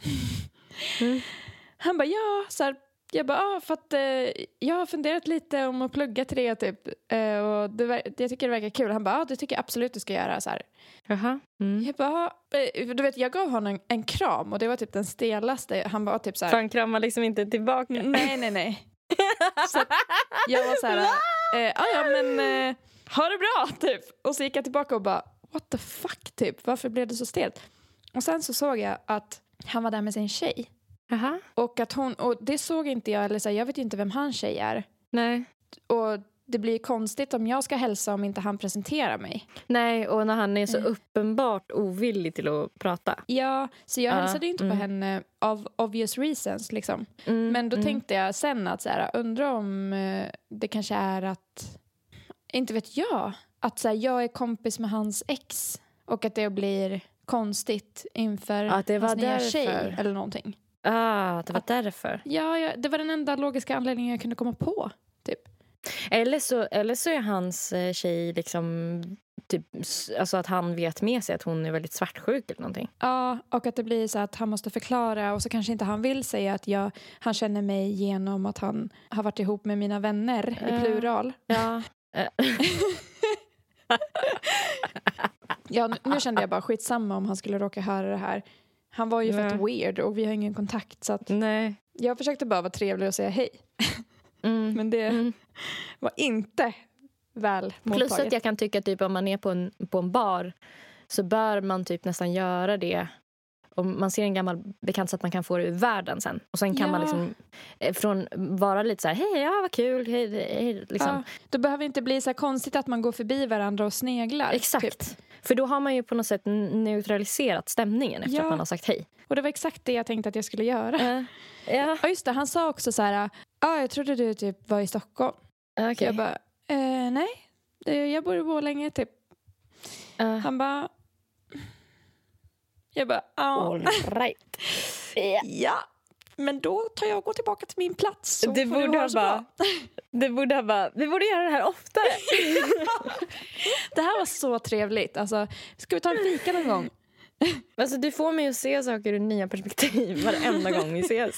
Mm. Han bara, ja. Så här, jag bara, ja, för att uh, jag har funderat lite om att plugga till det. Typ. Uh, och det, jag tycker det verkar kul. Han bara, ja, det tycker jag absolut du ska göra. Så här. Jaha. Mm. Jag bara, uh, du vet, jag gav honom en, en kram. Och det var typ den stelaste. Han var typ så här. Fan, kramar liksom inte tillbaka. Nej, nej, nej. Så jag var så här, eh, ah, ja men eh, ha det bra typ. Och så gick jag tillbaka och bara, what the fuck typ, varför blev det så stelt? Och sen så såg jag att han var där med sin tjej. Jaha. Och att hon, och det såg inte jag, eller så här, jag vet inte vem hans tjej är. Nej. Och det blir konstigt om jag ska hälsa om inte han presenterar mig. Nej, och när han är så Mm. uppenbart ovillig till att prata. Ja, så jag Ja, hälsade ju inte mm. på henne av obvious reasons liksom. Mm, Men då mm. tänkte jag sen att så här, undrar om eh, det kanske är att, inte vet jag, att så här, jag är kompis med hans ex och att det blir konstigt inför Att det var hans nya därför. tjej eller någonting. Ah, det var därför. Ja, ja, det var den enda logiska anledningen jag kunde komma på, typ. Eller så, eller så är hans eh, tjej liksom typ, s- alltså att han vet med sig att hon är väldigt svartsjuk eller någonting. Ja, och att det blir så att han måste förklara och så kanske inte han vill säga att jag, han känner mig genom att han har varit ihop med mina vänner i Ja. plural. Ja. Ja, nu, nu kände jag bara skitsamma om han skulle råka höra det här. Han var ju Nej. fett weird och vi har ingen kontakt så att Nej. jag försökte bara vara trevlig och säga hej. Mm. Men det Mm. var inte väl mottaget. Plus att jag kan tycka typ om man är på en, på en bar så bör man typ nästan göra det. Om man ser en gammal bekant så att man kan få det ur världen sen. Och sen kan Ja. man liksom eh, från vara lite så här, hej, ja vad kul, hej, hej liksom. Ja, då behöver det inte bli så här konstigt att man går förbi varandra och sneglar. Exakt. Typ. För då har man ju på något sätt neutraliserat stämningen efter Ja. att man har sagt hej. Och det var exakt det jag tänkte att jag skulle göra. Uh, ja, Ja, just det. Han sa också så här, ja, jag trodde du typ var i Stockholm. okej. Jag bara, eh, nej, det- jag bor i Borlänge typ. Uh, Han bara, jag bara, ja. all right. Ja. Ja, men då tar jag och går tillbaka till min plats. Så Det får du borde ha ha det så bara- bra. Det borde ha bara, vi borde göra det här oftare. Det här var så trevligt. Alltså, ska vi ta en fika någon gång? Alltså du får mig att se saker ur nya perspektiv varenda gång vi ses.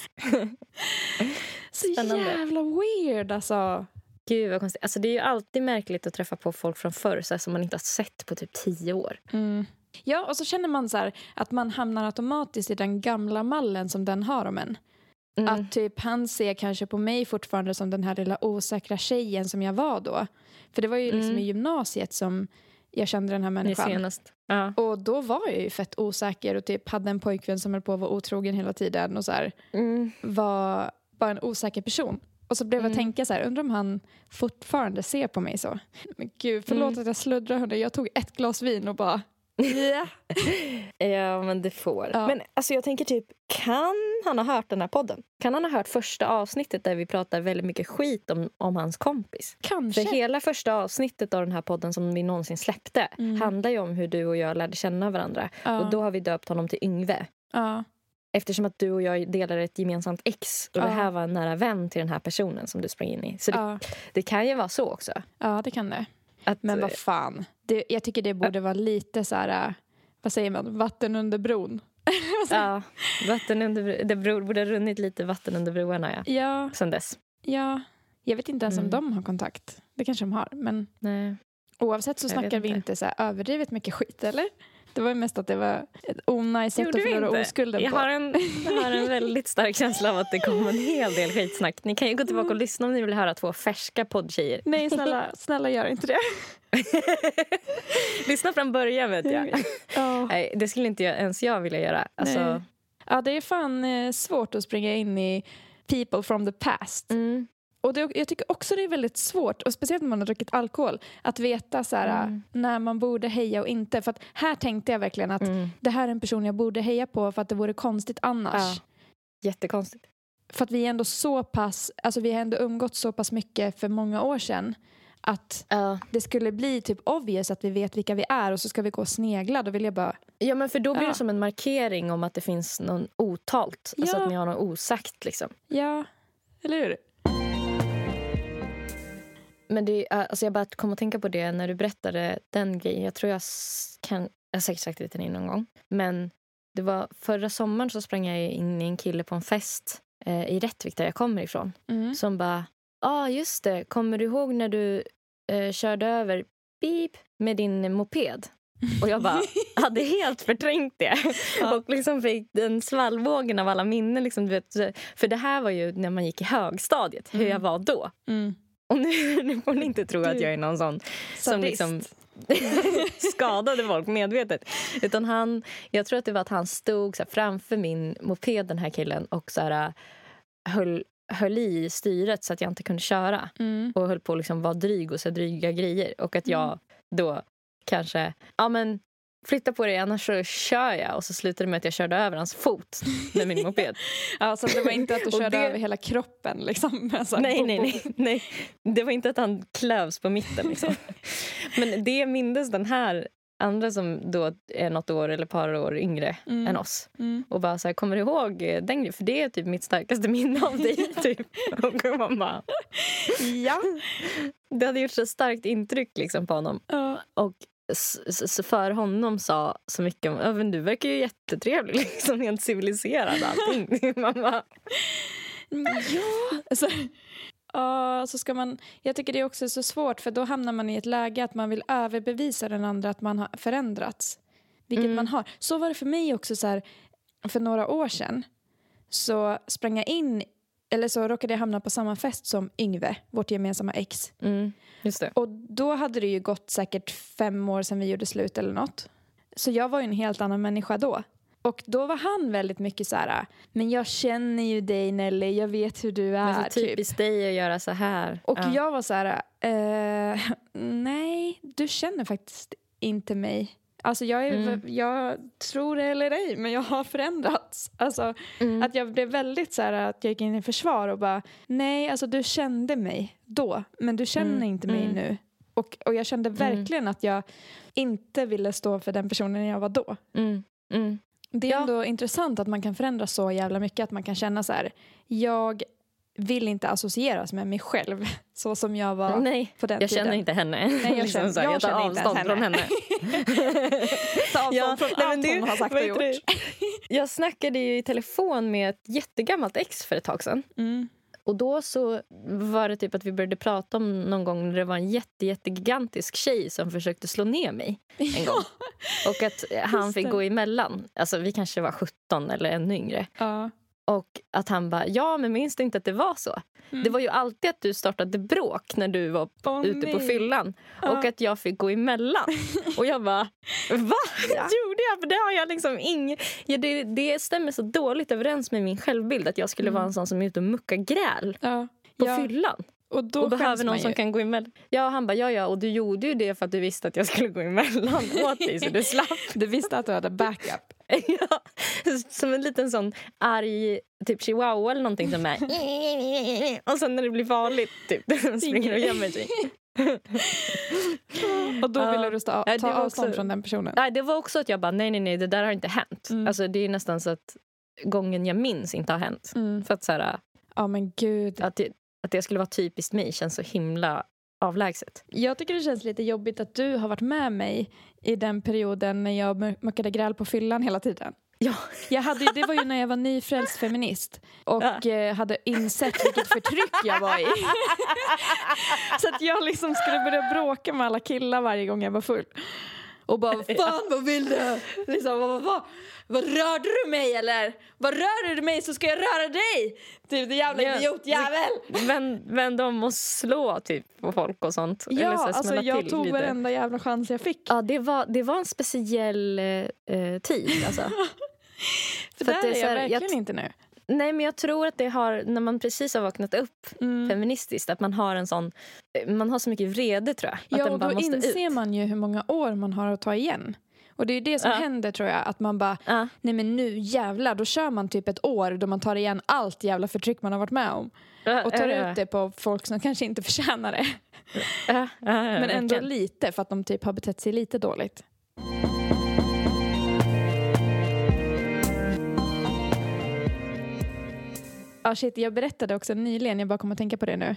Så Spännande. jävla weird alltså. Gud vad konstigt. Alltså det är ju alltid märkligt att träffa på folk från förr så här, som man inte har sett på typ tio år. Mm. Ja, och så känner man så här att man hamnar automatiskt i den gamla mallen som den har om en. Mm. Att typ han ser kanske på mig fortfarande som den här lilla osäkra tjejen som jag var då. För det var ju liksom Mm. i gymnasiet som jag kände den här Det människan. senast. Ja. Och då var jag ju fett osäker och typ hade en pojkvän som höll på att vara otrogen hela tiden och så här Mm. var bara en osäker person. Och så blev jag Mm. tänka så här, undrar om han fortfarande ser på mig så. Men gud, förlåt Mm. att jag sluddrar hörni. Jag tog ett glas vin och bara, ja. Ja, men det får. Ja. Men alltså jag tänker typ, kan han ha hört den här podden? Kan han ha hört första avsnittet där vi pratar väldigt mycket skit om, om hans kompis? Kanske. För hela första avsnittet av den här podden som vi någonsin släppte Mm. handlar ju om hur du och jag lärde känna varandra. Ja. Och då har vi döpt honom till Yngve. Ja. Eftersom att du och jag delar ett gemensamt ex. Och Ja. det här var en nära vän till den här personen som du sprang in i. Så det, Ja. det kan ju vara så också. ja, det kan det. Att, Men vad fan. Det, jag tycker det borde vara lite så här, äh, vad säger man, vatten under bron. Vad säger- ja, vatten under, det bro- borde ha runnit lite vatten under broarna ja. ja, Sen dess. ja. Jag vet inte ens om Mm. de har kontakt. Det kanske de har. Men Nej. oavsett så Jag snackar vet vi inte. inte så här överdrivet mycket skit, eller? Det var ju mest att det var ett onajs sätt Gjorde att vi förlora inte? oskulden Jag på. har, en, jag har en väldigt stark känsla av att det kommer en hel del skitsnack. Ni kan ju gå tillbaka och lyssna om ni vill höra två färska poddtjejer. Nej, snälla, snälla gör inte det. Lyssna från början, vet jag. Ja. Nej, det skulle inte jag, ens jag vilja göra. Alltså, Nej. Ja, det är fan eh, svårt att springa in i people from the past. mm, Och det, jag tycker också det är väldigt svårt, och speciellt när man har druckit alkohol, att veta så här, Mm. när man borde heja och inte. För att här tänkte jag verkligen att mm, det här är en person jag borde heja på för att det vore konstigt annars. Ja. jättekonstigt. För att vi är ändå så pass, alltså vi har ändå umgått så pass mycket för många år sedan att Ja. det skulle bli typ obvious att vi vet vilka vi är och så ska vi gå och snegla. Då vill jag bara, Ja, men för då blir Ja. det som en markering om att det finns någon otalt. Alltså Ja. att ni har något osagt liksom. ja, eller hur? Men det, är- alltså jag bara kom att tänka på det när du berättade den grejen. Jag tror jag s- kan, jag har säkert sagt det till dig någon gång. Men det var förra sommaren så sprang jag in i en kille på en fest eh, i Rättvik där jag kommer ifrån. Mm. Som bara, ja ah, just det, kommer du ihåg när du eh, körde över beep med din moped? Och jag bara hade helt förträngt det. Ja. Och liksom fick den svallvågen av alla minnen. Liksom, du vet, för det här var ju när man gick i högstadiet, hur Mm. jag var då. Mm. Och nu, nu får ni inte tro att jag är någon sån som Sadist. liksom skadade folk medvetet. Utan han, jag tror att det var att han stod så här framför min moped, den här killen, och så här, höll, höll i styret så att jag inte kunde köra. Mm. Och höll på att liksom vara dryg och så dryga grejer. Och att jag då kanske, ja men flytta på dig annars så kör jag. Och så slutade det med att jag körde över hans fot med min moped. Ja, så det var inte att du Och körde det- över hela kroppen liksom. med så här Nej, bo- nej, bo- nej, nej. Det var inte att han klövs på mitten. Liksom. Men det mindes den här andra som då är något år eller ett par år yngre Mm. än oss. Mm. Och bara så här, kommer du ihåg den grejen? För det är typ mitt starkaste minne av dig. Typ. Och man bara, Ja. det hade gjort så starkt intryck liksom, på honom. Ja. Och s- s- för honom sa så mycket om, "Ja, men du verkar ju jättetrevlig, liksom, helt civiliserad allting." Man bara, Ja. Alltså, ja, så ska man, jag tycker det är också så svårt, för då hamnar man i ett läge att man vill överbevisa den andra att man har förändrats. Vilket Mm. man har. Så var det för mig också så här, för några år sedan. Så sprang jag in, eller så råkade jag hamna på samma fest som Yngve, vårt gemensamma ex. mm, just det. Och då hade det ju gått säkert fem år sedan vi gjorde slut eller något. Så jag var ju en helt annan människa då. Och då var han väldigt mycket så här, men jag känner ju dig Nelly, jag vet hur du Det är är. så typ. typiskt dig att göra så här. Och Ja. jag var så här, eh, nej, du känner faktiskt inte mig. Alltså jag, är, Mm. jag tror det eller ej, men jag har förändrats. Alltså Mm. att jag blev väldigt så här, att jag gick in i försvar och bara, nej, alltså du kände mig då, men du känner Mm. inte mig Mm. nu. Och, och jag kände verkligen att jag inte ville stå för den personen jag var då. Mm. Mm. Det är Ja. ändå intressant att man kan förändras så jävla mycket, att man kan känna så här, jag vill inte associeras med mig själv så som jag var Nej, på den jag tiden. känner inte henne. Nej, jag Liksom känner- så här, jag jag tar känner inte ens avstånd från henne. henne. Ta avstånd Ja, från nej, men allt det- hon har sagt vad och heter gjort. det? Jag snackade ju i telefon med ett jättegammalt ex för ett tag sedan. Mm. Och då så var det typ att vi började prata om någon gång när det var en jätte, jättegigantisk tjej som försökte slå ner mig en gång. Och att han Just fick det. gå emellan. Alltså vi kanske var sjutton eller ännu yngre. Ja. Och att han bara, ja men minns du inte att det var så? Mm. Det var ju alltid att du startade bråk när du var Åh, ute på nej. fyllan. Ja. Och att jag fick gå emellan. Och jag bara, va? Ja. Gjorde jag? För det har jag liksom ing... ja, det, det stämmer så dåligt överens med min självbild. Att jag skulle Mm. vara en sån som är ute och muckar gräl Ja. på Ja. fyllan. Och då Och behöver skäms någon man som ju. kan gå emellan. Ja, han bara, ja ja. Och du gjorde ju det för att du visste att jag skulle gå emellan åt dig. Så du slapp. Du visste att du hade backup. Ja, som en liten sån arg typ chihuahua eller någonting som är och sen när det blir farligt typ springer och gömmer sig. Och då Ja. ville du ta, Ja, det ta var avstånd också- från den personen. Nej, det var också att jag bara nej nej nej det där har inte hänt. Mm. Alltså det är nästan så att gången jag minns inte har hänt. Mm. För att så här, Ja, men gud. att det, att det skulle vara typiskt mig känns så himla avlägset. Jag tycker det känns lite jobbigt att du har varit med mig i den perioden när jag mu- muckade gräl på fyllan hela tiden. Ja. Jag hade, det var ju när jag var nyfrälst feminist och ja. eh, hade insett vilket förtryck jag var i. Så att jag liksom skulle börja bråka med alla killar varje gång jag var full. Och bara, vad fan, vad vill du? Liksom, vad, vad, vad, vad rörde du mig eller? Vad rör du mig så ska jag röra dig? Typ, det jävla ja. idiotjävel. Men, men de måste slå typ på folk och sånt. Ja, eller så alltså jag till tog lite. Varenda jävla chans jag fick. Ja, det var, det var en speciell eh, tid alltså. För, För där det är jag verkligen jag, inte nu. Nej, men jag tror att det har, när man precis har vaknat upp mm. feministiskt, att man har en sån, man har så mycket vrede tror jag. Ja, att och den då bara måste inser ut. man ju hur många år man har att ta igen. Och det är det som ja. händer tror jag, att man bara, ja. nej men nu jävlar, då kör man typ ett år då man tar igen allt jävla förtryck man har varit med om. Ja, och tar ja, ja. ut det på folk som kanske inte förtjänar det. Ja, ja, ja, men ändå verkligen. Lite, för att de typ har betett sig lite dåligt. Ja, shit, jag berättade också nyligen, jag bara kommer att tänka på det nu,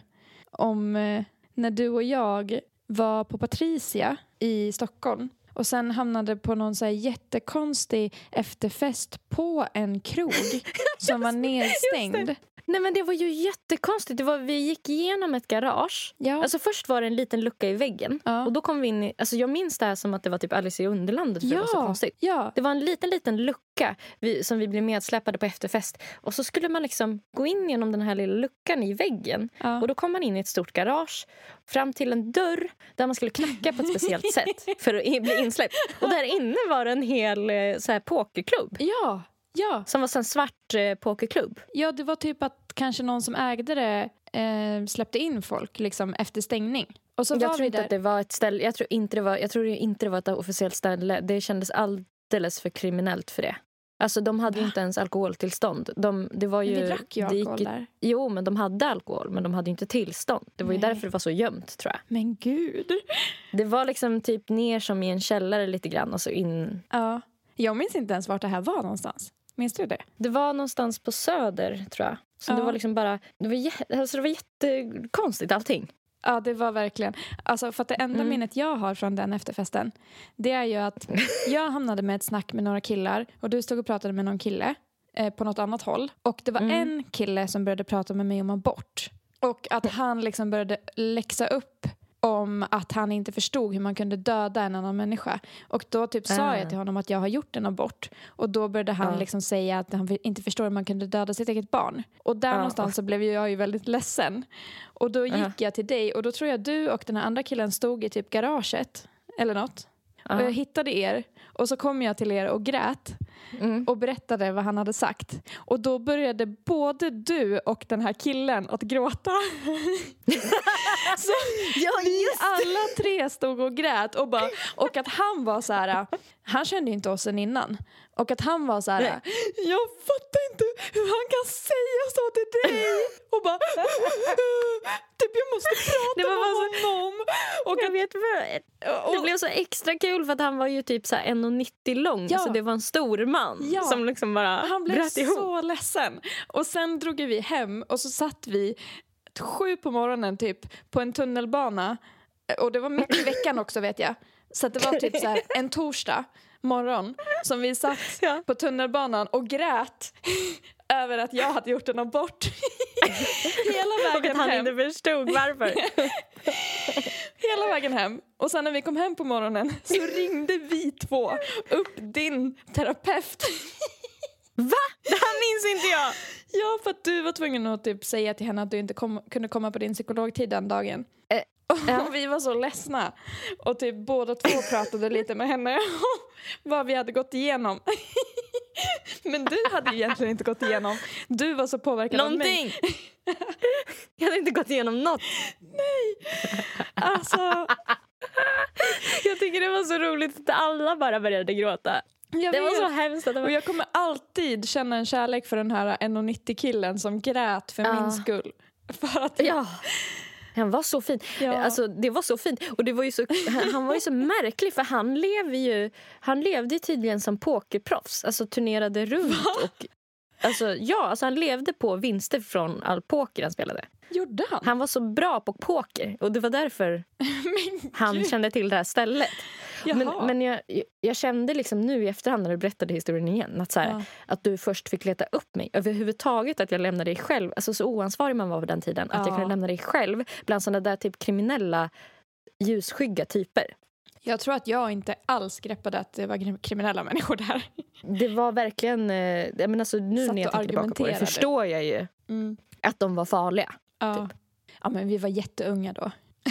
om eh, när du och jag var på Patricia i Stockholm och sen hamnade på någon så här jättekonstig efterfest på en krog som var nedstängd. Nej, men det var ju jättekonstigt. Det var, vi gick igenom ett garage. Ja. Alltså först var det en liten lucka i väggen. Ja. Och då kom vi in i, alltså jag minns det här som att det var typ Alice i Underlandet. För ja. det var så konstigt. Ja. Det var en liten, liten lucka vi, som vi blev medsläpade på efterfest. Och så skulle man liksom gå in genom den här lilla luckan i väggen. Ja. Och då kom man in i ett stort garage. Fram till en dörr där man skulle knacka på ett speciellt sätt för att bli insläppt. Och där inne var det en hel så här pokerklubb. Ja. Ja. Som var en svart eh, pokerklubb. Ja, det var typ att kanske någon som ägde det eh, släppte in folk liksom efter stängning. Och så jag var tror vi inte där. att det var ett ställe. Jag tror inte det var, jag tror inte det var ett officiellt ställe. Det kändes alldeles för kriminellt för det. Alltså de hade ju inte ens alkoholtillstånd. De, det var ju, men vi drack ju alkohol gick, där. Jo, men de hade alkohol. Men de hade ju inte tillstånd. Det var Nej. ju därför det var så gömt, tror jag. Men gud. Det var liksom typ ner som i en källare lite grann. Och så in. Ja, jag minns inte ens vart det här var någonstans. Minns du det? Det var någonstans på Söder, tror jag. Så ja. det var liksom bara, det var, jä- alltså det var jättekonstigt allting. Ja, det var verkligen. Alltså, för att det enda mm. minnet jag har från den efterfesten, det är ju att jag hamnade med ett snack med några killar och du stod och pratade med någon kille eh, på något annat håll. Och det var mm. en kille som började prata med mig om abort. Och att han liksom började läxa upp om att han inte förstod hur man kunde döda en annan människa. Och då typ sa äh. jag till honom att jag har gjort en abort. Och då började han äh. liksom säga att han inte förstår hur man kunde döda sitt eget barn. Och där äh. någonstans så blev jag ju väldigt ledsen. Och då gick äh. jag till dig. Och då tror jag du och den här andra killen stod i typ garaget. Eller något. Äh. Och jag hittade er. Och så kom jag till er och grät. Mm. Och berättade vad han hade sagt. Och då började både du och den här killen att gråta. Så ja, vi alla tre stod och grät. Och, bara, och att han var så här. Han kände ju inte oss än innan. Och att han var så här. Nej. Jag fattar inte hur han kan säga så till dig. Och bara. Typ jag måste prata det var med så, honom. Och jag vet vad. Det blev så extra kul för att han var ju typ så här en nittio lång. Ja. Så det var en stor man ja. som liksom bara han blev så ledsen. Och sen drog vi hem och så satt vi sju på morgonen typ på en tunnelbana. Och det var mitt i veckan också vet jag. Så att det var typ så här en torsdag morgon som vi satt ja. på tunnelbanan och grät över att jag hade gjort en abort. Hela vägen och att han hem. inte förstod varför. Hela vägen hem. Och sen när vi kom hem på morgonen så ringde vi två upp din terapeut. Va? Det här minns inte jag. Ja, för att du var tvungen att typ säga till henne att du inte kom, kunde komma på din psykologtid den dagen. Eh, ja. Och vi var så ledsna. Och typ båda två pratade lite med henne vad vi hade gått igenom. Men du hade egentligen inte gått igenom. Du var så påverkad Någonting. av mig. Jag hade inte gått igenom något. Nej. Alltså. Jag tycker det var så roligt att alla bara började gråta. Jag det vet. var så hemskt. Att det var... Och jag kommer alltid känna en kärlek för den här en nittio killen som grät för uh. min skull. För att... Ja. Han var så fin. Ja. Alltså, det var så fint. Och det var ju så, han var ju så märklig. För han levde ju han levde tydligen som pokerproffs. Alltså turnerade runt. Och, alltså, ja, alltså, han levde på vinster från all poker han spelade. Gjorde han? Han var så bra på poker. Och det var därför han kände till det här stället. Men, men jag, jag kände liksom nu i efterhand när du berättade historien igen att, så här, Ja. att du först fick leta upp mig. Överhuvudtaget att jag lämnade dig själv. Alltså så oansvarig man var på den tiden. Att Ja. jag kunde lämna dig själv bland sådana där typ kriminella, ljusskygga typer. Jag tror att jag inte alls greppade att det var krim- kriminella människor där. Det var verkligen, eh, jag menar, alltså, nu Satt när jag och tänker tillbaka på det argumenterade. förstår jag ju Mm. att de var farliga. Ja. Typ. Ja, men vi var jätteunga då.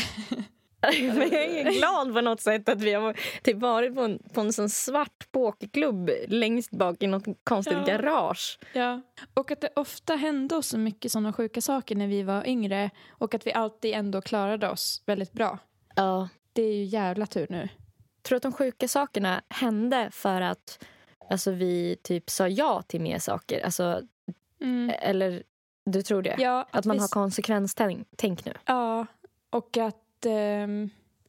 Men jag är glad på något sätt att vi har typ varit på en, på en sån svart pokerklubb längst bak i något konstigt Ja. garage. Ja. Och att det ofta hände oss så mycket sådana sjuka saker när vi var yngre. Och att vi alltid ändå klarade oss väldigt bra. Ja. Det är ju jävla tur nu. Tror att de sjuka sakerna hände för att alltså, vi typ sa ja till mer saker? Alltså, Mm. eller du tror det? Ja, att, att man vi, har konsekvenstänk tänk nu? Ja, och att ehm,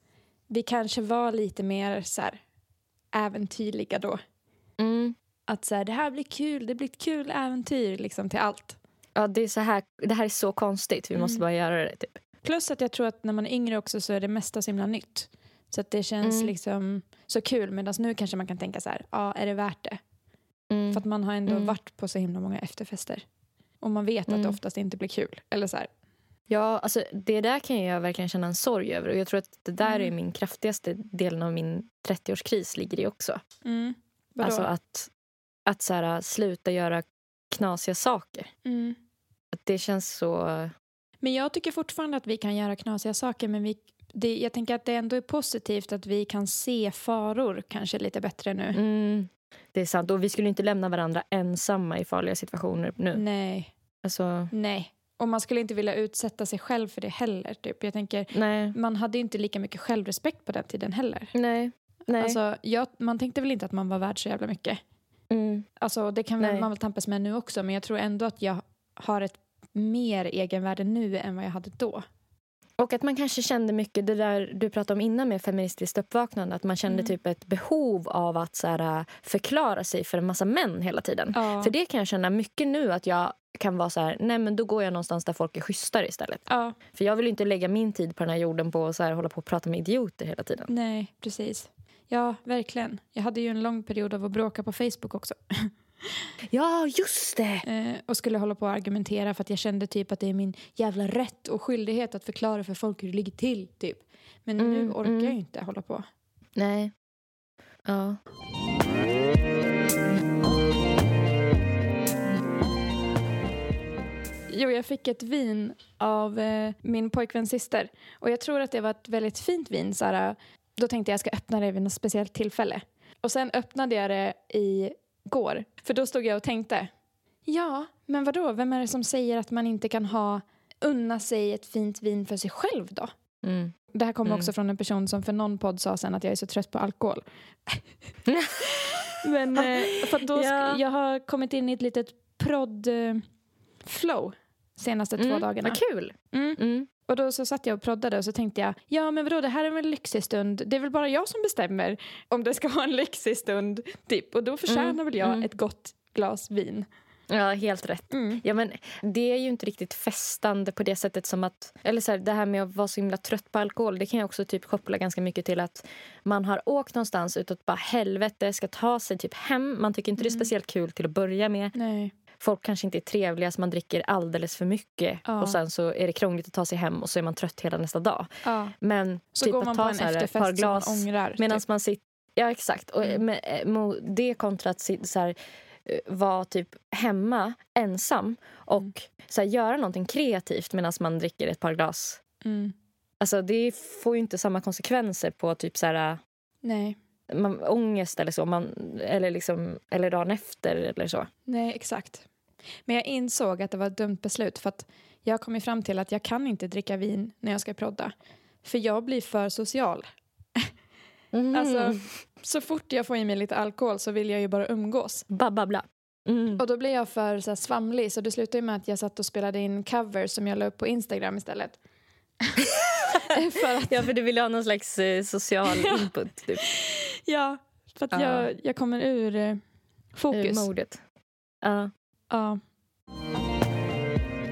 vi kanske var lite mer så här, äventyrliga då. Mm. Att så här, det här blir kul, det blir ett kul äventyr liksom till allt. Ja, det, är så här, det här är så konstigt, vi måste Mm. bara göra det. Typ. Plus att jag tror att när man är yngre också så är det mesta så himla nytt. Så att det känns Mm. liksom så kul. Medan nu kanske man kan tänka så här, ja, är det värt det? Mm. För att man har ändå Mm. varit på så himla många efterfester. Och man vet att Mm. det oftast inte blir kul. Eller så här. Ja, alltså det där kan jag verkligen känna en sorg över. Och jag tror att det där Mm. är min kraftigaste delen av min trettioårskris ligger i också. Mm. Vadå? Alltså att, att så här, sluta göra knasiga saker. Mm. Att det känns så... Men jag tycker fortfarande att vi kan göra knasiga saker. Men vi, det, jag tänker att det ändå är positivt att vi kan se faror kanske lite bättre nu. Mm, det är sant. Och vi skulle inte lämna varandra ensamma i farliga situationer nu. Nej, Alltså, nej. Och man skulle inte vilja utsätta sig själv för det heller. Typ. Jag tänker, nej. man hade inte lika mycket självrespekt på den tiden heller. Nej. Nej. Alltså, jag, man tänkte väl inte att man var värd så jävla mycket. Mm. Alltså, det kan väl, Nej. man väl tampas med nu också. Men jag tror ändå att jag har ett mer egenvärde nu än vad jag hade då. Och att man kanske kände mycket, det där du pratade om innan med feministiskt uppvaknande, att man kände Mm. typ ett behov av att så här, förklara sig för en massa män hela tiden. Ja. För det kan jag känna mycket nu, att jag kan vara så här, nej men då går jag någonstans där folk är schysstare istället. Ja, För jag vill inte lägga min tid på den här jorden på att så här, hålla på och prata med idioter hela tiden. nej, precis. Ja, verkligen. Jag hade ju en lång period av att bråka på Facebook också. Ja, just det! Eh, och skulle hålla på och argumentera för att jag kände typ att det är min jävla rätt och skyldighet att förklara för folk hur det ligger till, typ. Men nu Mm, orkar mm. jag ju inte hålla på. Nej. Ja. Jo, jag fick ett vin av eh, min pojkväns syster. Och jag tror att det var ett väldigt fint vin. Såhär, då tänkte jag jag ska öppna det vid något speciellt tillfälle. Och sen öppnade jag det igår. För då stod jag och tänkte, ja, men vadå? Vem är det som säger att man inte kan ha unna sig ett fint vin för sig själv då? Mm. Det här kommer Mm. också från en person som för någon podd sa sen att jag är så trött på alkohol. Men eh, för att då sk- Ja. jag har kommit in i ett litet prodd eh, flow senaste två Mm, dagarna. vad kul! Mm. Mm. Och då så satt jag och proddade och så tänkte jag, ja men vadå, det här är väl en lyxig stund. Det är väl bara jag som bestämmer om det ska vara en lyxig stund. Typ. Och då förtjänar Mm, väl jag mm. ett gott glas vin. Ja, helt rätt. Mm. Ja, men det är ju inte riktigt festande på det sättet som att... Eller så här, det här med att vara så himla trött på alkohol, det kan jag också typ koppla ganska mycket till att man har åkt någonstans utåt bara helvete, ska ta sig typ hem. Man tycker inte det är Mm. speciellt kul till att börja med. Nej. Folk kanske inte är trevliga så man dricker alldeles för mycket. Ja. Och sen så är det krångligt att ta sig hem och så är man trött hela nästa dag. Ja. Men Så typ går att man ta på en så här ett par efterfest som man glas ångrar. medan Typ. man sitter... Ja, exakt. Och Mm. med, eh, mo- det kontra att sit- så här, eh, vara typ hemma ensam och Mm. så här, göra någonting kreativt medan man dricker ett par glas. Mm. Alltså det får ju inte samma konsekvenser på typ så här, Nej. man, ångest eller så. Man, eller, liksom, eller dagen efter eller så. Nej, exakt. Men jag insåg att det var ett dumt beslut för att jag kom ju fram till att jag kan inte dricka vin när jag ska prodda. För jag blir för social. Mm. Alltså, så fort jag får i mig lite alkohol så vill jag ju bara umgås. Babba bla. Mm. Och då blir jag för så här, svamlig så det slutade ju med att jag satt och spelade in covers som jag la upp på Instagram istället. för att, Ja, för du vill ha någon slags eh, social input. Typ. ja, för att Ja. jag, jag kommer ur eh, fokus. Ur modet. Ja. Ja.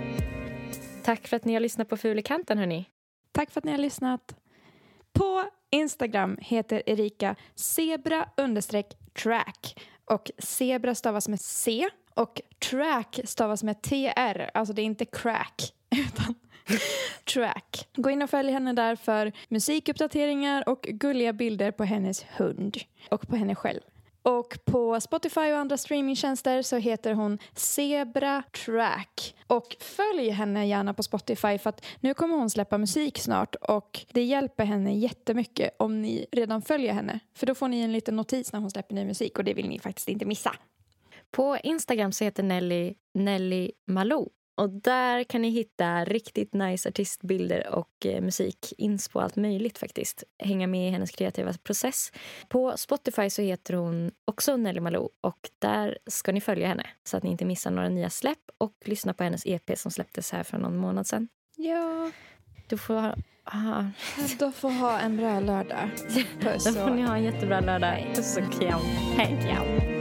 Tack för att ni har lyssnat på Fulikanten, hörni. Tack för att ni har lyssnat. På Instagram heter Erika zebra understreck track. Och zebra stavas med C och track stavas med T R. Alltså det är inte crack utan track. Gå in och följ henne där för musikuppdateringar och gulliga bilder på hennes hund och på henne själv. Och på Spotify och andra streamingtjänster så heter hon Zebra Track. Och följ henne gärna på Spotify för att nu kommer hon släppa musik snart. Och det hjälper henne jättemycket om ni redan följer henne. För då får ni en liten notis när hon släpper ny musik och det vill ni faktiskt inte missa. På Instagram så heter Nelly Nelly Malou. Och där kan ni hitta riktigt nice artistbilder och eh, musik, inspo, allt möjligt faktiskt. Hänga med i hennes kreativa process. På Spotify så heter hon också Nelly Malou och där ska ni följa henne så att ni inte missar några nya släpp och lyssna på hennes E P som släpptes här för någon månad sedan. Ja. Du får ha... Aha. Du får ha en bra lördag. Puss. Då får ni ha en jättebra lördag. Puss och kram. Hej.